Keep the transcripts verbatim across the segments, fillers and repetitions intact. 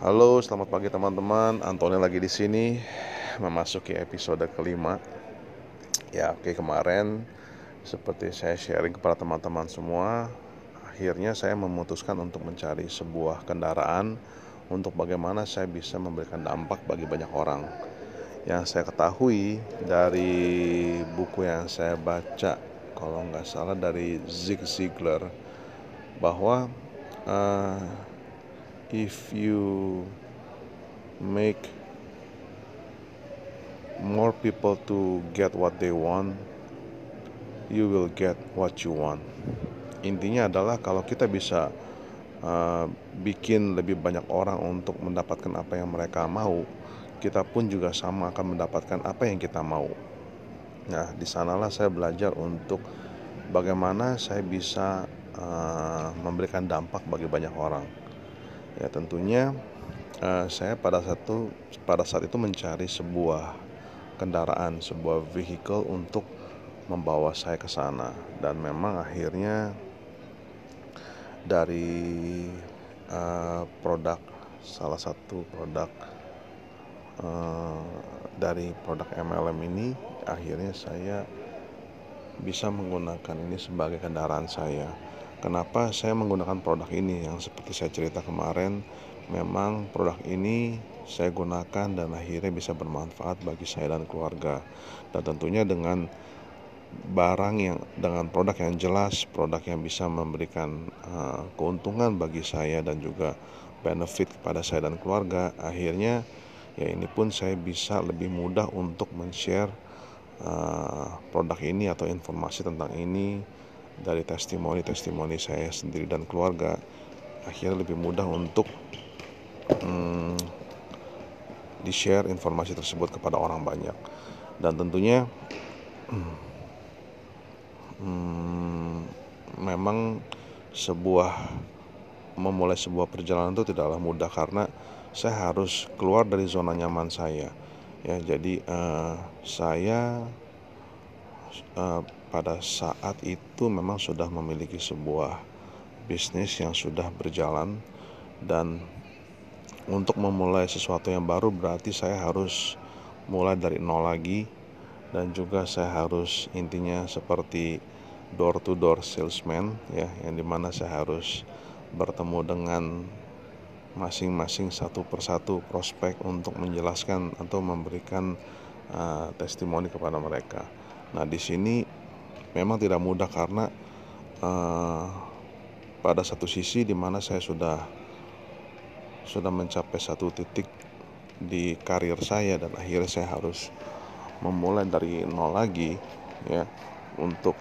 Halo, selamat pagi teman-teman. Antoni lagi di sini memasuki episode kelima. Ya, oke kemarin seperti saya sharing kepada teman-teman semua, akhirnya saya memutuskan untuk mencari sebuah kendaraan untuk bagaimana saya bisa memberikan dampak bagi banyak orang. Yang saya ketahui dari buku yang saya baca, kalau nggak salah dari Zig Ziglar, bahwa uh, if you make more people to get what they want, you will get what you want. Intinya adalah kalau kita bisa uh, bikin lebih banyak orang untuk mendapatkan apa yang mereka mau, kita pun juga sama akan mendapatkan apa yang kita mau. Nah, di sanalah saya belajar untuk bagaimana saya bisa uh, memberikan dampak bagi banyak orang. Ya, tentunya uh, saya pada satu pada saat itu mencari sebuah kendaraan, sebuah vehicle untuk membawa saya ke sana. Dan memang akhirnya dari uh, produk salah satu produk uh, dari produk M L M ini, akhirnya saya bisa menggunakan ini sebagai kendaraan saya. Kenapa saya menggunakan produk ini? Yang seperti saya cerita kemarin, memang produk ini saya gunakan dan akhirnya bisa bermanfaat bagi saya dan keluarga. Dan tentunya dengan barang yang dengan produk yang jelas, produk yang bisa memberikan uh, keuntungan bagi saya dan juga benefit kepada saya dan keluarga, akhirnya ya ini pun saya bisa lebih mudah untuk men-share uh, produk ini atau informasi tentang ini dari testimoni-testimoni saya sendiri dan keluarga. Akhirnya lebih mudah untuk um, di-share informasi tersebut kepada orang banyak. Dan tentunya Hmm, memang sebuah memulai sebuah perjalanan itu tidaklah mudah karena saya harus keluar dari zona nyaman saya. Ya, jadi uh, saya uh, pada saat itu memang sudah memiliki sebuah bisnis yang sudah berjalan, dan untuk memulai sesuatu yang baru berarti saya harus mulai dari nol lagi, dan juga saya harus intinya seperti door to door salesman, ya, yang dimana saya harus bertemu dengan masing-masing satu persatu prospek untuk menjelaskan atau memberikan uh, testimoni kepada mereka. Nah, di sini memang tidak mudah karena uh, pada satu sisi dimana saya sudah sudah mencapai satu titik di karir saya dan akhirnya saya harus memulai dari nol lagi, ya, untuk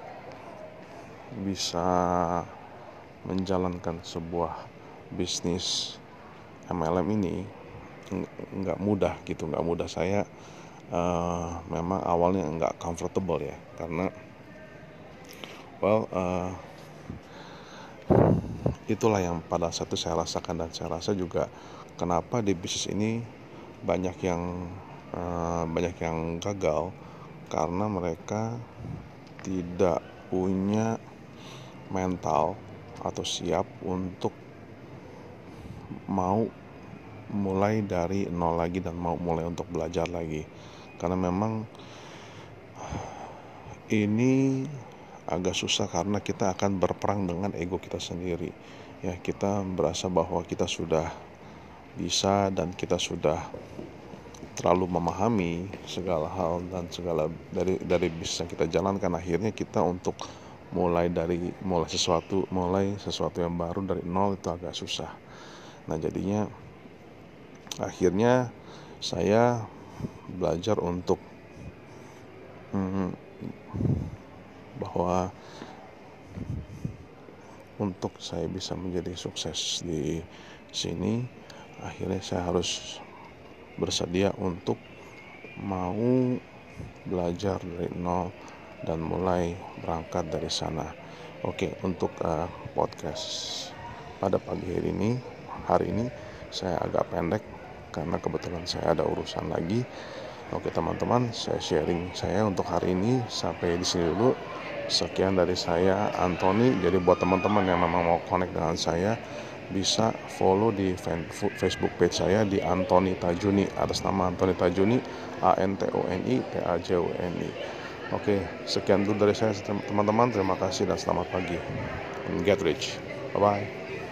bisa menjalankan sebuah bisnis M L M ini nggak mudah gitu, nggak mudah. Saya uh, memang awalnya nggak comfortable, ya, karena well uh, itulah yang pada satu saya rasakan, dan saya rasa juga kenapa di bisnis ini banyak yang uh, banyak yang gagal karena mereka tidak punya mental atau siap untuk mau mulai dari nol lagi dan mau mulai untuk belajar lagi. Karena memang ini agak susah karena kita akan berperang dengan ego kita sendiri. Ya, kita berasa bahwa kita sudah bisa dan kita sudah terlalu memahami segala hal dan segala dari dari bisnis yang kita jalankan. Akhirnya kita untuk mulai dari mulai sesuatu mulai sesuatu yang baru dari nol itu agak susah. Nah, jadinya akhirnya saya belajar untuk hmm, bahwa untuk saya bisa menjadi sukses di sini, akhirnya saya harus bersedia untuk mau belajar dari nol dan mulai berangkat dari sana. Oke, untuk uh, podcast pada pagi hari ini, hari ini saya agak pendek karena kebetulan saya ada urusan lagi. Oke teman-teman, saya sharing saya untuk hari ini sampai di sini dulu. Sekian dari saya, Antoni. Jadi buat teman-teman yang memang mau connect dengan saya, bisa follow di fan- Facebook page saya di Antoni Tajuni, atas nama Antoni Tajuni, A N T O N I T A J U N I. Oke, sekian dulu dari saya teman-teman. Terima kasih dan selamat pagi. And get rich. Bye bye.